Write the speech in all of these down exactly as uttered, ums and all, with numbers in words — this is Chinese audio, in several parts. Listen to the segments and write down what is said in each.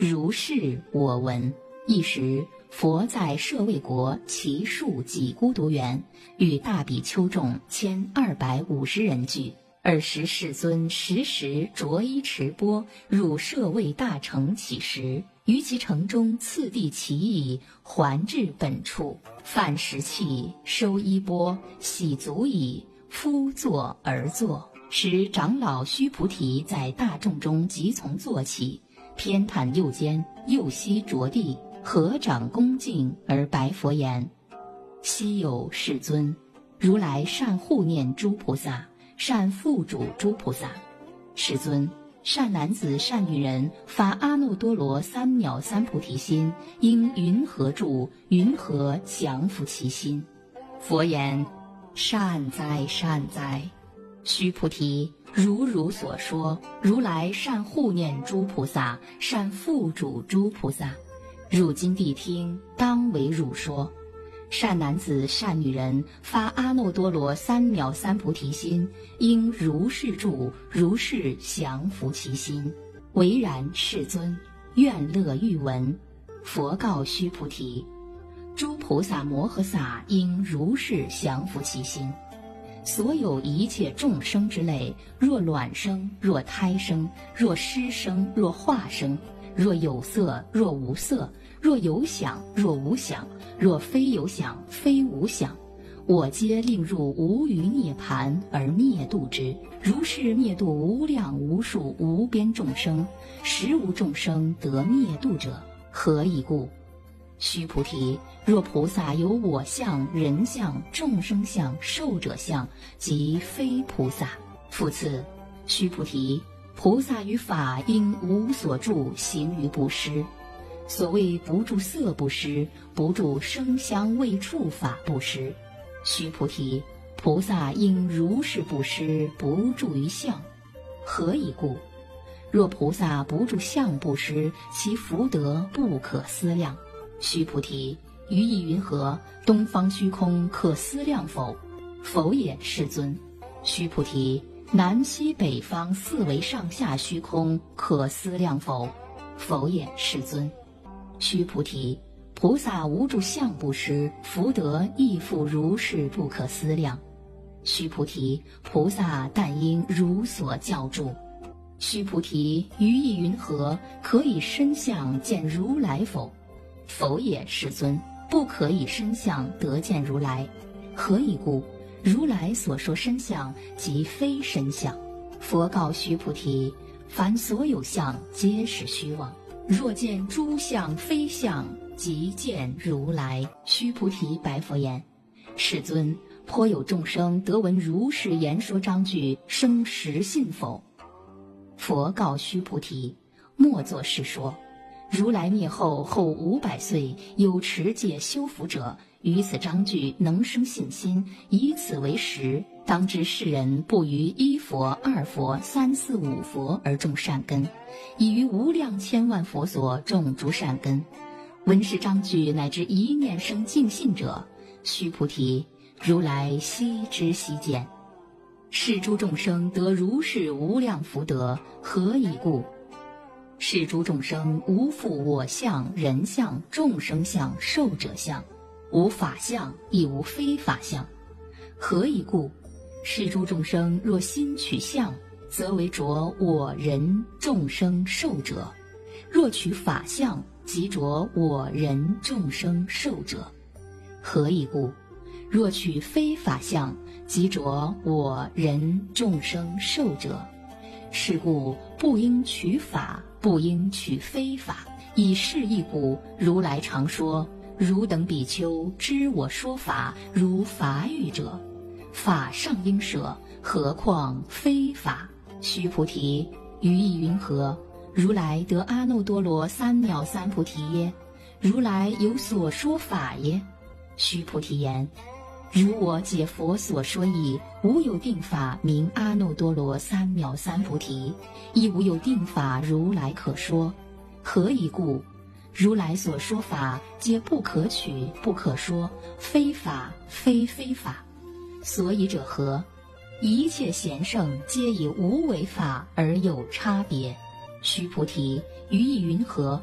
如是我闻。一时，佛在舍卫国祇树给孤独园，与大比丘众千二百五十人聚。尔时世尊时时着衣持钵，入舍卫大城乞食。于其城中次第其意，还至本处，饭食器，收衣钵，洗足矣，夫坐而坐。时长老须菩提在大众中即从坐起，偏袒右肩，右膝着地，合掌恭敬而白佛言：昔有世尊，如来善护念诸菩萨，善付嘱诸菩萨。世尊，善男子善女人发阿耨多罗三藐三菩提心，应云何住？云何降伏其心？佛言：善哉善哉。须菩提，如汝所说，如来善护念诸菩萨，善付嘱诸菩萨。汝今谛听，当为汝说。善男子善女人发阿耨多罗三藐三菩提心，应如是住，如是降伏其心。唯然，世尊，愿乐欲闻。佛告须菩提：诸菩萨摩诃萨应如是降伏其心。所有一切众生之类，若卵生，若胎生，若湿生，若化生，若有色，若无色，若有想，若无想，若非有想，非无想，我皆令入无余涅盘而灭度之。如是灭度无量无数无边众生，实无众生得灭度者。何以故？须菩提，若菩萨有我相、人相、众生相、寿者相，即非菩萨。复次，须菩提，菩萨于法应无所住，行于布施。所谓不住色布施，不住声香味触法布施。须菩提，菩萨应如是布施，不住于相。何以故？若菩萨不住相布施，其福德不可思量。须菩提，于意云何？东方虚空可思量否？否也，世尊。须菩提，南西北方四维上下虚空可思量否？否也，世尊。须菩提，菩萨无住相布施，福德亦复如是不可思量。须菩提，菩萨但应如所教住。须菩提，于意云何？可以身相见如来否？否也，世尊。不可以身相得见如来。何以故？如来所说身相，即非身相。佛告须菩提：凡所有相，皆是虚妄。若见诸相非相，即见如来。须菩提白佛言：世尊，颇有众生得闻如是言说章句，生实信否？佛告须菩提：莫作是说。如来灭后后五百岁，有持戒修福者，于此章句能生信心，以此为实。当知世人不于一佛、二佛、三四五佛而种善根，已于无量千万佛所种诸善根。闻是章句乃至一念生净信者，须菩提，如来悉知悉见。是诸众生得如是无量福德，何以故？是诸众生无复我相、人相、众生相、寿者相，无法相，亦无非法相。何以故？是诸众生若心取相，则为着我人众生寿者；若取法相，即着我人众生寿者。何以故？若取非法相，即着我人众生寿者。是故不应取法，不应取非法。以是义故，如来常说：汝等比丘知我说法，如法语者，法上应舍，何况非法？须菩提，于意云何？如来得阿耨多罗三藐三菩提耶？如来有所说法耶？须菩提言：如我解佛所说义，无有定法名阿耨多罗三藐三菩提，亦无有定法如来可说。何以故？如来所说法，皆不可取，不可说，非法，非非法。所以者何？一切贤圣皆以无为法而有差别。须菩提，于意云何？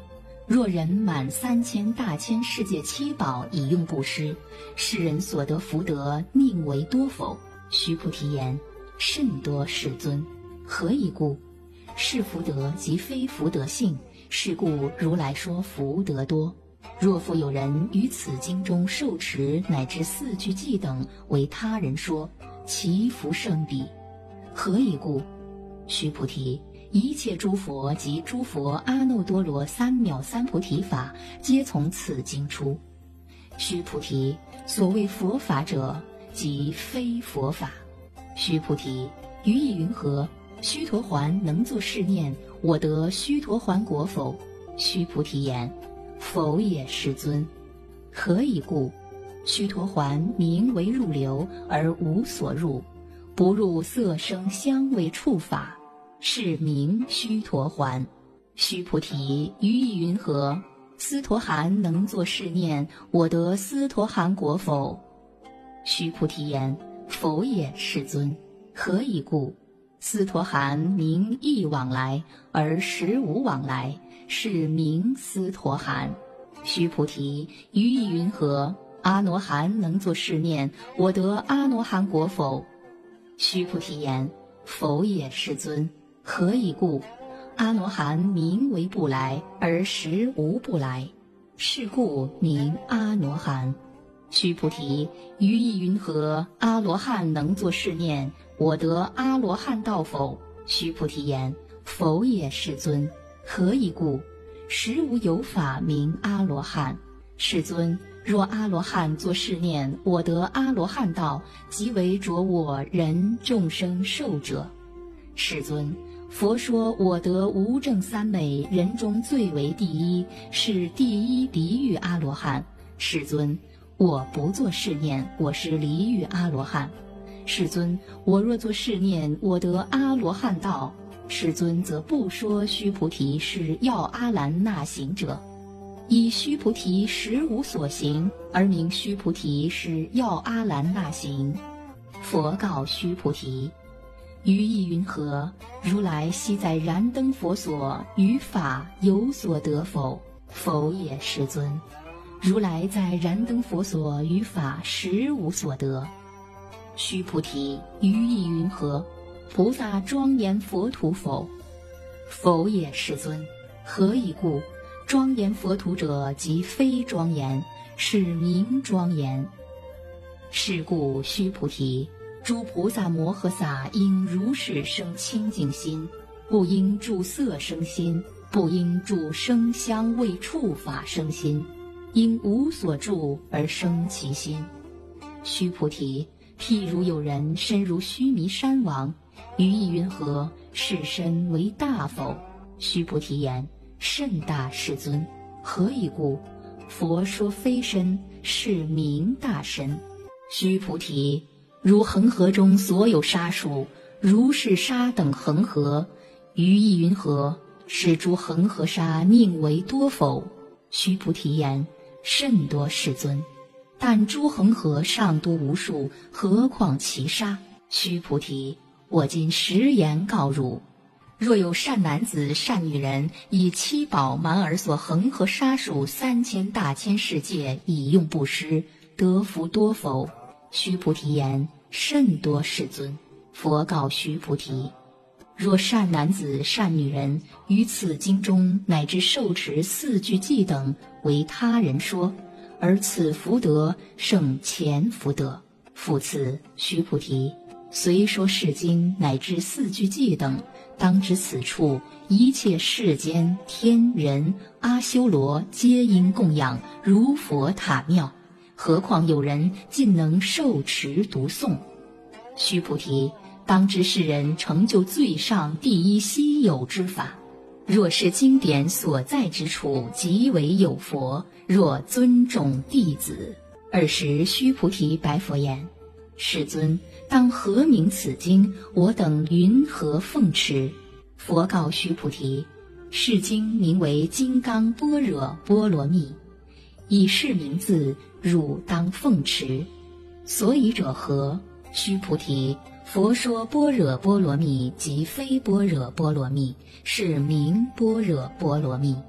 若人满三千大千世界七宝以用布施，世人所得福德宁为多否？须菩提言：甚多，世尊。何以故？是福德即非福德性，是故如来说福德多。若复有人于此经中受持乃至四句偈等为他人说，其福胜彼。何以故？须菩提，一切诸佛及诸佛阿耨多罗三藐三菩提法，皆从此经出。须菩提，所谓佛法者，即非佛法。须菩提，于意云何？须陀洹能作是念：我得须陀洹果否？须菩提言：否也，世尊。何以故？须陀洹名为入流，而无所入，不入色声香味触法，是名须陀洹。须菩提，于意云何？斯陀含能作是念：我得斯陀含果否？须菩提言：否也，世尊。何以故？斯陀含名意往来，而实无往来，是名斯陀含。须菩提，于意云何？阿罗汉能作是念：我得阿罗汉果否？须菩提言：否也，世尊。何以故？阿罗汉名为不来，而实无不来，是故名阿罗汉。须菩提，于意云何？阿罗汉能作是念：我得阿罗汉道否？须菩提言：否也，世尊。何以故？实无有法名阿罗汉。世尊，若阿罗汉作是念：我得阿罗汉道，即为着我人众生寿者。世尊，佛说我得无证三昧，人中最为第一，是第一离欲阿罗汉。世尊，我不作是念，我是离欲阿罗汉。世尊，我若作是念，我得阿罗汉道，世尊则不说须菩提是要阿兰那行者。以须菩提实无所行，而名须菩提是要阿兰那行。佛告须菩提：于意云何？如来昔在燃灯佛所于法有所得否？否也，世尊。如来在燃灯佛所于法实无所得。须菩提，于意云何？菩萨庄严佛土否？否也，世尊。何以故？庄严佛土者，即非庄严，是名庄严。是故须菩提，诸菩萨摩诃萨应如是生清净心，不应住色生心，不应住声香味触法生心，因无所住而生其心。须菩提，譬如有人身如须弥山王，于意云何？是身为大否？须菩提言：甚大，世尊。何以故？佛说非身，是名大身。须菩提，如恒河中所有沙数，如是沙等恒河，于意云何？是诸恒河沙宁为多否？须菩提言：甚多，世尊。但诸恒河尚多无数，何况其沙？须菩提，我今实言告汝：若有善男子善女人，以七宝满而所恒河沙数三千大千世界以用布施，得福多否？须菩提言：甚多，世尊。佛告须菩提：若善男子善女人于此经中乃至受持四句偈等为他人说，而此福德胜前福德。复次，须菩提，虽说是经乃至四句偈等，当知此处一切世间天人阿修罗皆应供养如佛塔庙，何况有人尽能受持读诵。须菩提，当知世人成就最上第一稀有之法。若是经典所在之处即为有佛，若尊重弟子。尔时须菩提白佛言：世尊，当何名此经？我等云何奉持？佛告须菩提：是经名为金刚般若波罗蜜，以是名字，汝当奉持。所以者何？须菩提，佛说般若波罗蜜即非般若波罗蜜，是名般若波罗蜜。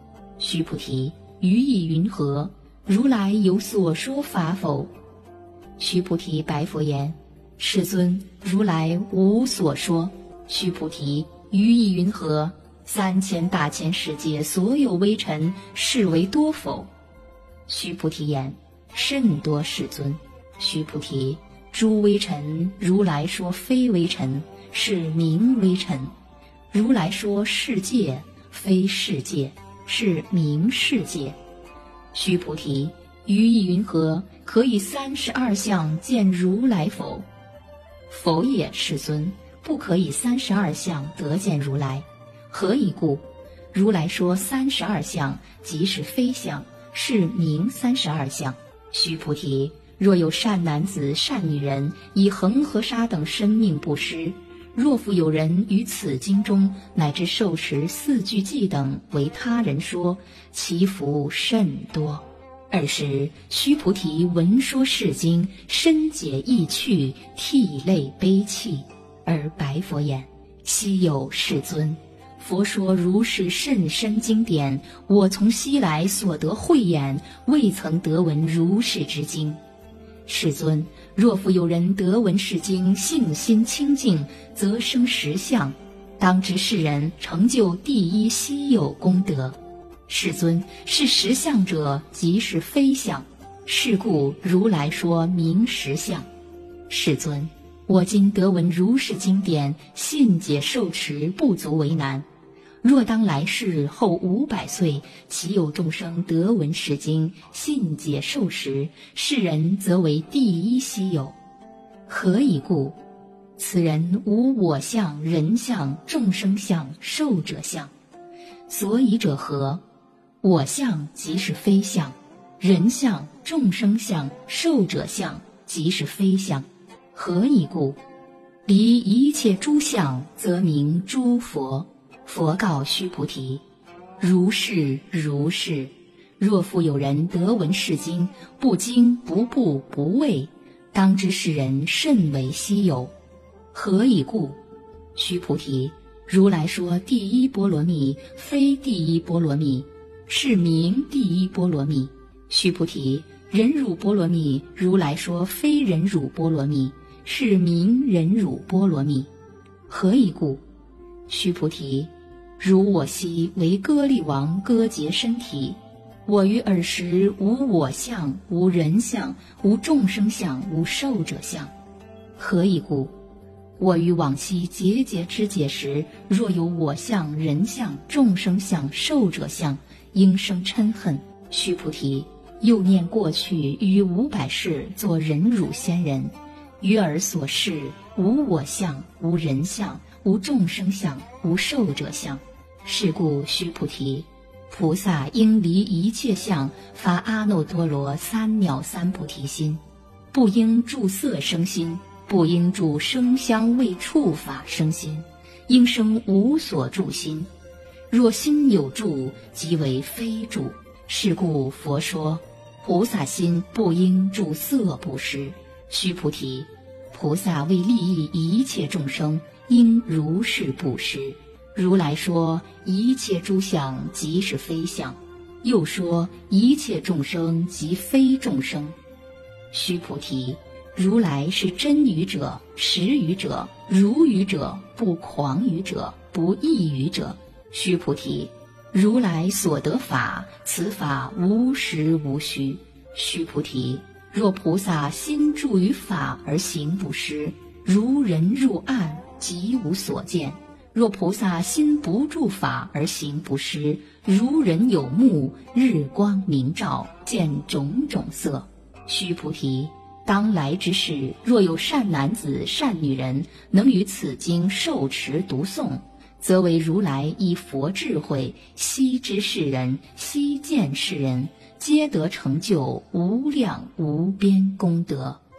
须菩提，于意云何？如来有所说法否？须菩提白佛言：世尊，如来无所说。须菩提，于意云何？三千大千世界所有微尘，是为多否？须菩提言：甚多，世尊。须菩提，诸微尘，如来说非微尘，是名微尘；如来说世界，非世界，是名世界。须菩提，于意云何？可以三十二相见如来否？否也，世尊，不可以三十二相得见如来。何以故？如来说三十二相，即是非相，是名三十二相。须菩提，若有善男子善女人，以恒河沙等生命布施，若复有人于此经中乃至受持四句偈等为他人说，其福甚多。尔时须菩提闻说是经，深解意趣，涕泪悲泣，而白佛言：昔有世尊，佛说如是甚深经典，我从昔来所得慧眼，未曾得闻如是之经。世尊，若复有人得闻是经，信心清净，则生实相，当知是人成就第一稀有功德。世尊，是实相者，即是非相，是故如来说名实相。世尊，我今得闻如是经典，信解受持，不足为难。若当来世后五百岁，其有众生得闻是经，信解受持，是人则为第一稀有。何以故？此人无我相、人相、众生相、寿者相。所以者何？我相即是非相，人相、众生相、寿者相即是非相。何以故？离一切诸相，则名诸佛。佛告须菩提：如是如是。若复有人得闻是经，不惊不怖不畏，当知是人甚为稀有。何以故？须菩提，如来说第一波罗蜜，非第一波罗蜜，是名第一波罗蜜。须菩提，忍辱波罗蜜，如来说非忍辱波罗蜜，是名忍辱波罗蜜。何以故？须菩提，如我昔为歌利王割截身体，我于尔时无我相，无人相，无众生相，无寿者相。何以故？我于往昔节节之解时，若有我相、人相、众生相、寿者相，应生嗔恨。须菩提，又念过去于五百世作忍辱仙人，于尔所示无我相，无人相，无众生相，无寿者相。是故须菩提，菩萨应离一切相，发阿耨多罗三藐三菩提心，不应住色生心，不应住声香味触法生心，应生无所住心。若心有住，即为非住。是故佛说，菩萨心不应住色布施。须菩提，菩萨为利益一切众生，应如是布施。如来说一切诸相即是非相，又说一切众生即非众生。须菩提，如来是真语者、实语者、如语者、不诳语者、不异语者。须菩提，如来所得法，此法无实无虚。须菩提，若菩萨心住于法而行不施，如人入暗，即无所见；若菩萨心不住法而行不施，如人有目，日光明照，见种种色。须菩提，当来之世，若有善男子善女人，能于此经受持读诵，则为如来以佛智慧，悉知世人，悉见世人，皆得成就无量无边功德。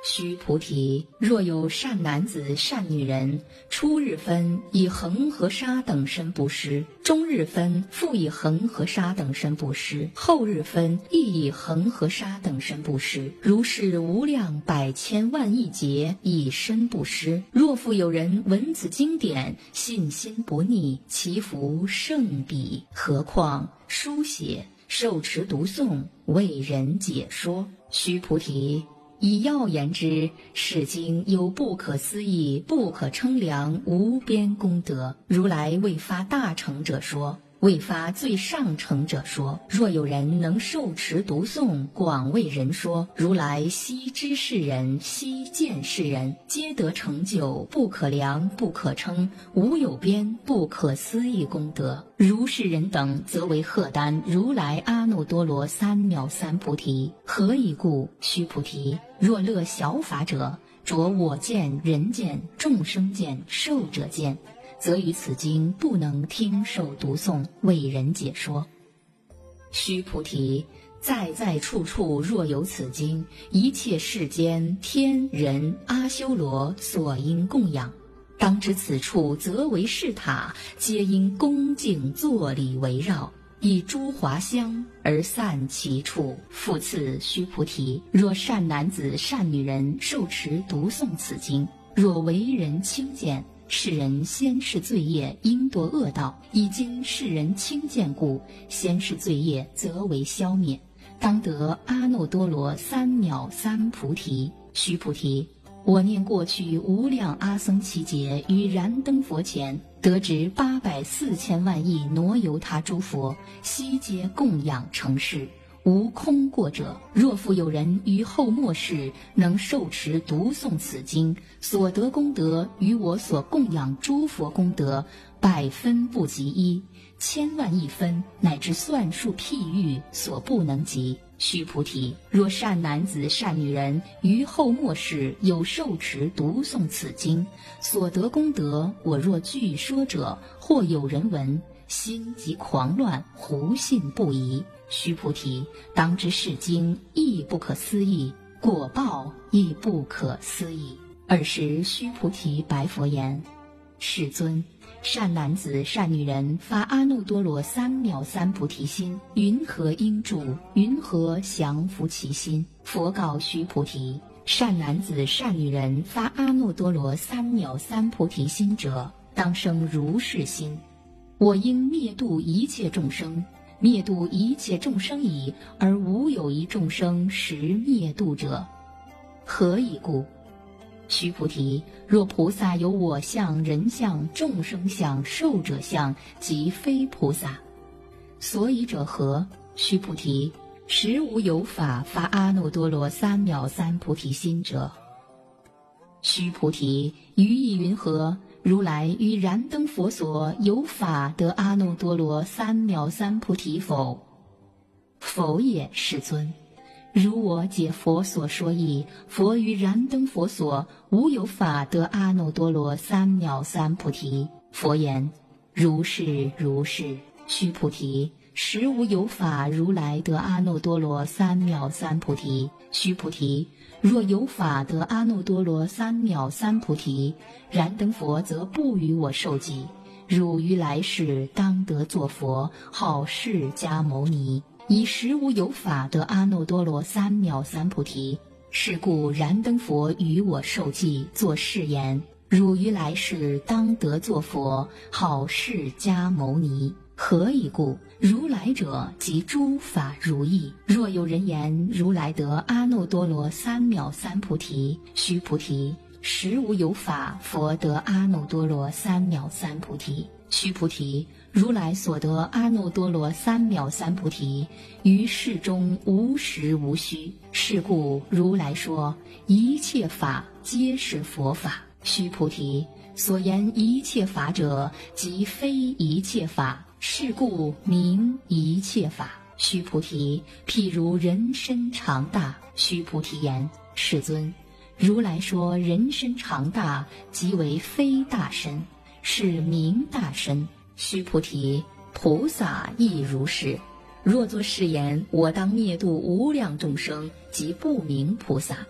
须菩提，若有善男子、善女人，初日分以恒河沙等身布施，中日分复以恒河沙等身布施，后日分亦以恒河沙等身布施，如是无量百千万亿劫以身布施。若复有人闻此经典，信心不逆，其福胜彼。何况书写、受持、读诵、为人解说。须菩提，以要言之，是经有不可思议、不可称量、无边功德。如来为发大乘者说，为发最上乘者说。若有人能受持读诵，广为人说，如来悉知世人，悉见世人，皆得成就不可量、不可称、无有边、不可思议功德。如是人等，则为荷担如来阿耨多罗三藐三菩提。何以故？须菩提，若乐小法者，着我见、人见、众生见、寿者见，则于此经不能听受读诵，为人解说。须菩提，在在处处若有此经，一切世间天人阿修罗所应供养。当知此处则为是塔，皆因恭敬作礼围绕，以诸华香而散其处。复次，须菩提，若善男子、善女人受持读诵此经，若为人轻贱，世人先世罪业应堕恶道，已经世人轻贱故，先世罪业则为消灭，当得阿耨多罗三藐三菩提。须菩提，我念过去无量阿僧祇劫于燃灯佛前，得值八百四千万亿挪游他诸佛，悉皆供养成事，无空过者。若复有人于后末世能受持读诵此经，所得功德与我所供养诸佛功德百分不及一，千万亿分，乃至算数譬喻所不能及。须菩提，若善男子、善女人于后末世有受持读诵此经，所得功德，我若据说者，或有人闻，心即狂乱，胡信不疑。须菩提，当知是经亦不可思议，果报亦不可思议。尔时须菩提白佛言：世尊，善男子、善女人发阿耨多罗三藐三菩提心，云何应住？云何降伏其心？佛告须菩提：善男子、善女人发阿耨多罗三藐三菩提心者，当生如是心：我应灭度一切众生，灭度一切众生已，而无有一众生实灭度者。何以故？须菩提，若菩萨有我相、人相、众生相、寿者相，即非菩萨。所以者何？须菩提，实无有法发阿耨多罗三藐三菩提心者。须菩提，于意云何？如来于燃灯佛所有法得阿耨多罗三藐三菩提否？否也，世尊。如我解佛所说义，佛于燃灯佛所无有法得阿耨多罗三藐三菩提。佛言：如是如是。须菩提，实无有法如来得阿耨多罗三藐三菩提。须菩提，若有法得阿耨多罗三藐三菩提，燃灯佛则不与我受记。汝于来世当得作佛，号释迦牟尼。以实无有法得阿耨多罗三藐三菩提，是故燃灯佛与我受记，作是言：汝于来世当得作佛，号释迦牟尼。何以故？如来者，即诸法如意。若有人言如来得阿耨多罗三藐三菩提，须菩提，实无有法佛得阿耨多罗三藐三菩提。须菩提，如来所得阿耨多罗三藐三菩提，于世中无实无虚。是故如来说一切法皆是佛法。须菩提，所言一切法者，即非一切法，是故名一切法。须菩提，譬如人身长大。须菩提言：世尊，如来说人身长大，即为非大身，是名大身。须菩提，菩萨亦如是。若作是言，我当灭度无量众生，即不名菩萨。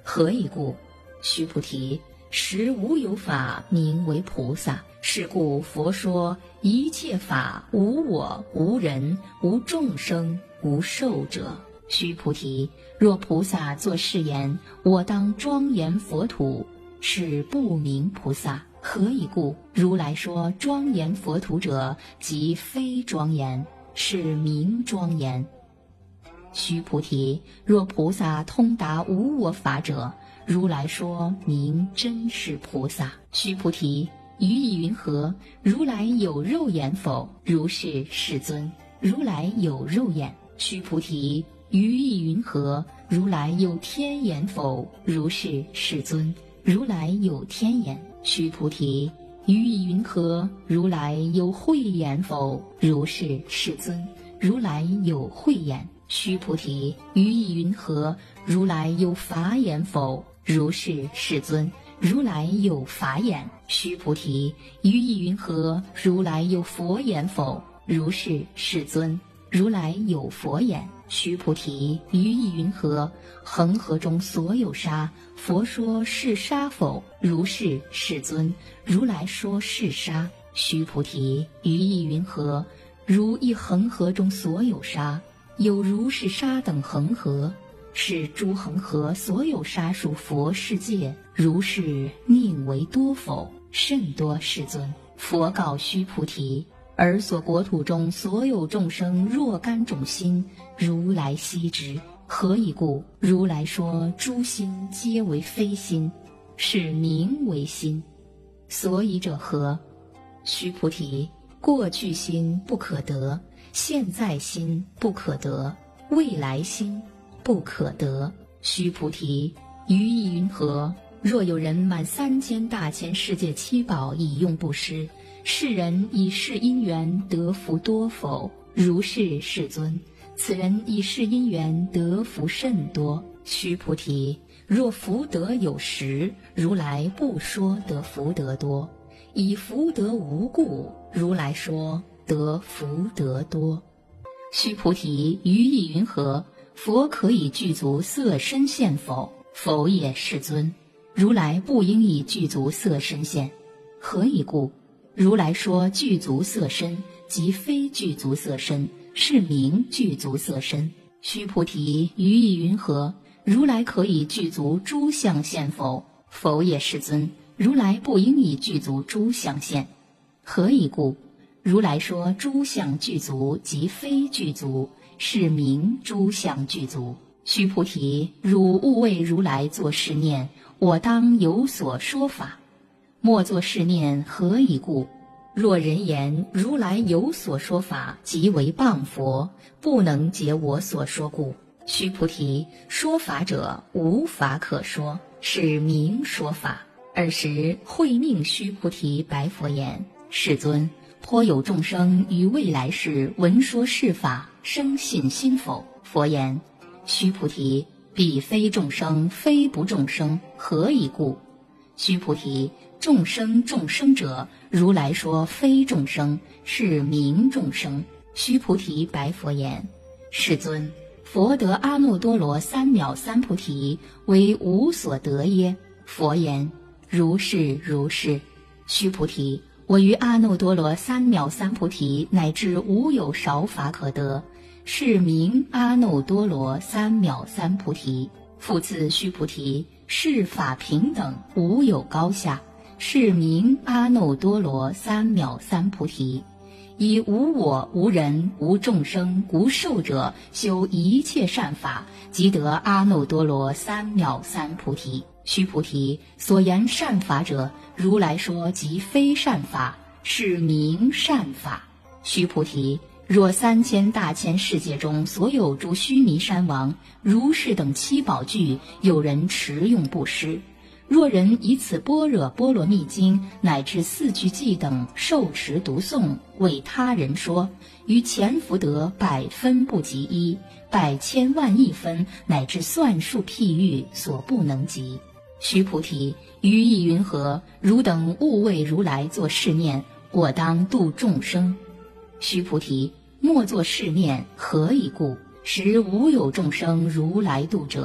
何以故？须菩提，实无有法名为菩萨。是故佛说一切法无我无人无众生无寿者。须菩提，若菩萨作是言，我当庄严佛土，是不名菩萨。何以故？如来说庄严佛土者，即非庄严，是名庄严。须菩提，若菩萨通达无我法者，如来说名真是菩萨。须菩提，于意云何？如来有肉眼否？如是，世尊。如来有肉眼。须菩提，于意云何？如来有天眼否？如是，世尊。如来有天眼。须菩提，于意云何？如来有慧眼否？如是，世尊。如来有慧眼。须菩提，于意云何？如来有法眼否？如是，世尊。如来有法眼。须菩提，于意云何？如来有佛眼否？如是，世尊。如来有佛眼。须菩提，于意云何？恒河中所有沙，佛说是沙否？如是，世尊。如来说是沙。须菩提，于意云何？如一恒河中所有沙，有如是沙等恒河，是诸恒河所有沙数佛世界，如是宁为多否？甚多，世尊。佛告须菩提，尔所国土中所有众生若干种心，如来悉知。何以故？如来说诸心皆为非心，是名为心。所以者何？须菩提，过去心不可得，现在心不可得，未来心不可得。须菩提，于意云何？若有人满三千大千世界七宝以用布施，是人以是因缘得福多否？如是，世尊。此人以是因缘得福甚多。须菩提，若福德有实，如来不说得福德多；以福德无故，如来说得福德多。须菩提，于意云何？佛可以具足色身现否？否也，世尊。如来不应以具足色身现。何以故？如来说具足色身，即非具足色身，是名具足色身。须菩提，于意云何？如来可以具足诸相现否？否也，世尊。如来不应以具足诸相现。何以故？如来说诸相具足，即非具足，是名诸相具足。须菩提，汝勿为如来作是念，我当有所说法。莫作是念，何以故？若人言如来有所说法，即为谤佛，不能解我所说故。须菩提，说法者无法可说，是名说法。尔时慧命须菩提白佛言：世尊，颇有众生于未来世闻说是法，生信心否？佛言：须菩提，彼非众生，非不众生，何以故？须菩提，众生众生者，如来说非众生，是名众生。须菩提白佛言：世尊，佛得阿耨多罗三藐三菩提，为无所得耶？佛言：如是如是。须菩提，我于阿耨多罗三藐三菩提，乃至无有少法可得，是名阿耨多罗三藐三菩提。复次，须菩提，是法平等，无有高下，是名阿耨多罗三藐三菩提。以无我无人无众生无寿者修一切善法，即得阿耨多罗三藐三菩提。须菩提，所言善法者，如来说即非善法，是名善法。须菩提，若三千大千世界中所有诸须弥山王、如是等七宝具，有人持用布施，若人以此般若波罗蜜经乃至四句偈等受持读诵，为他人说，于前福德百分不及一，百千万亿分乃至算数譬喻所不能及。须菩提，于意云何？汝等勿为如来作是念，我当度众生。须菩提，莫作是念，何以故？实无有众生如来度者。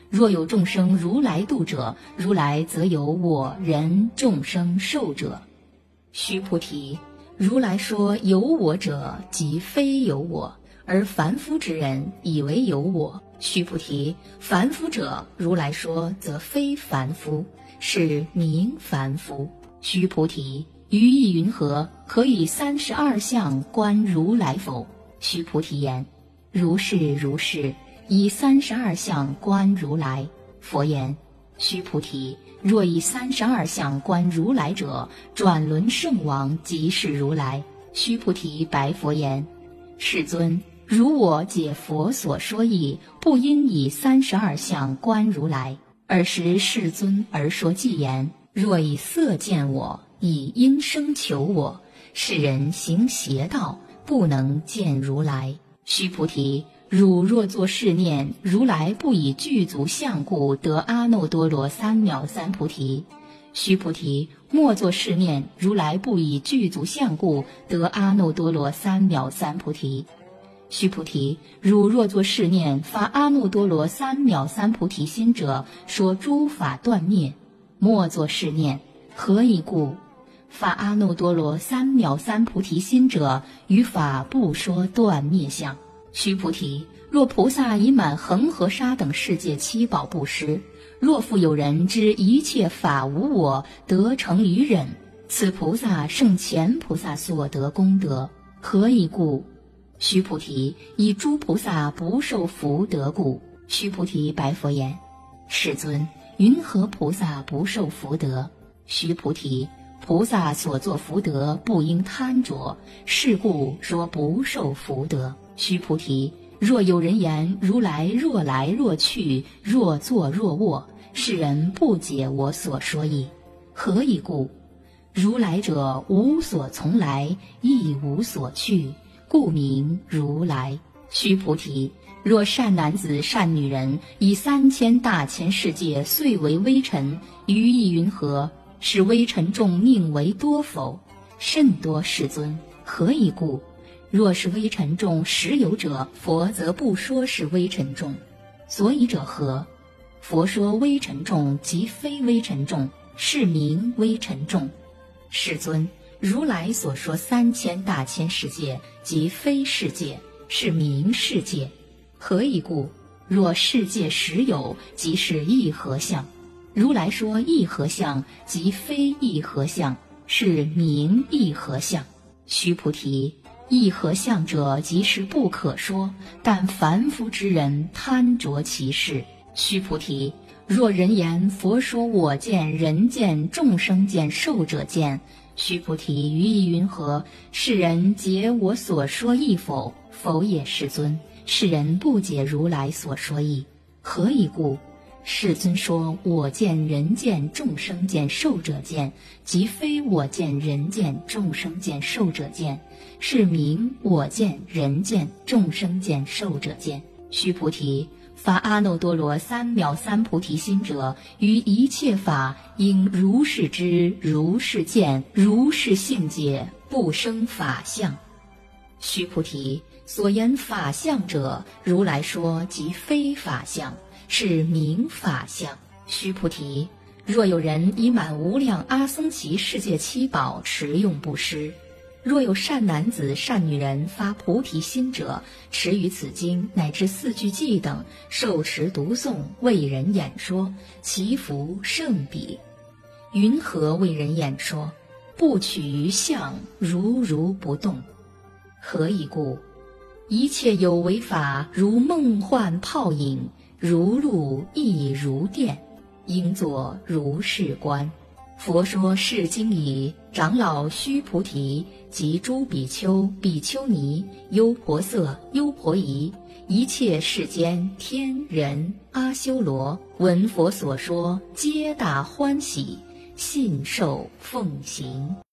若有众生如来度者，如来则有我人众生寿者。须菩提，如来说有我者，即非有我，而凡夫之人以为有我。须菩提，凡夫者，如来说则非凡夫，是名凡夫。须菩提，于意云何？可以三十二相观如来否？须菩提言：如是如是，以三十二相观如来。佛言：须菩提，若以三十二相观如来者，转轮圣王即是如来。须菩提白佛言：世尊，如我解佛所说义，不应以三十二相观如来。尔时世尊而说偈言：若以色见我，以应声求我，世人行邪道，不能见如来。须菩提，汝若作是念，如来不以具足相故得阿耨多罗三藐三菩提。须菩提，莫作是念，如来不以具足相故得阿耨多罗三藐三菩提。须菩提，汝若作是念，发阿耨多罗三藐三菩提心者，说诸法断灭。莫作是念，何以故？发阿耨多罗三藐三菩提心者，于法不说断灭相。须菩提，若菩萨以满恒河沙等世界七宝布施，若复有人知一切法无我，得成于忍，此菩萨胜前菩萨所得功德。何以故？须菩提，以诸菩萨不受福德故。须菩提白佛言：世尊，云何菩萨不受福德？须菩提，菩萨所作福德，不应贪着，是故说不受福德。须菩提，若有人言如来若来若去，若坐若卧，世人不解我所说义。何以故？如来者无所从来，亦无所去，故名如来。须菩提，若善男子善女人，以三千大千世界遂为微尘，于意云何？是微尘众命为多否？甚多，世尊。何以故？若是微尘众实有者，佛则不说是微尘众。所以者何？佛说微尘众即非微尘众，是名微尘众。世尊，如来所说三千大千世界即非世界，是名世界。何以故？若世界实有，即是一合相。如来说一合相即非一合相，是名一合相。须菩提，一合相者即是不可说，但凡夫之人贪着其事。须菩提，若人言佛说我见、人见、众生见、寿者见，须菩提，于意云何？世人解我所说义否？否也，世尊。世人不解如来所说义。何以故？世尊说我见、人见、众生见、寿者见，即非我见、人见、众生见、寿者见，是名我见、人见、众生见、寿者见。须菩提，发阿耨多罗三藐三菩提心者，于一切法应如是知、如是见、如是信解，不生法相。须菩提，所言法相者，如来说即非法相，是名法相。须菩提，若有人以满无量阿僧祇世界七宝持用布施，若有善男子善女人发菩提心者，持于此经乃至四句偈等，受持读诵，为人演说，其福甚彼。云何为人演说？不取于相，如如不动。何以故？一切有为法，如梦幻泡影，如露亦如电，应作如是观。佛说是经已，长老须菩提及诸比丘、比丘尼、优婆塞、优婆夷，一切世间天人阿修罗，闻佛所说，皆大欢喜，信受奉行。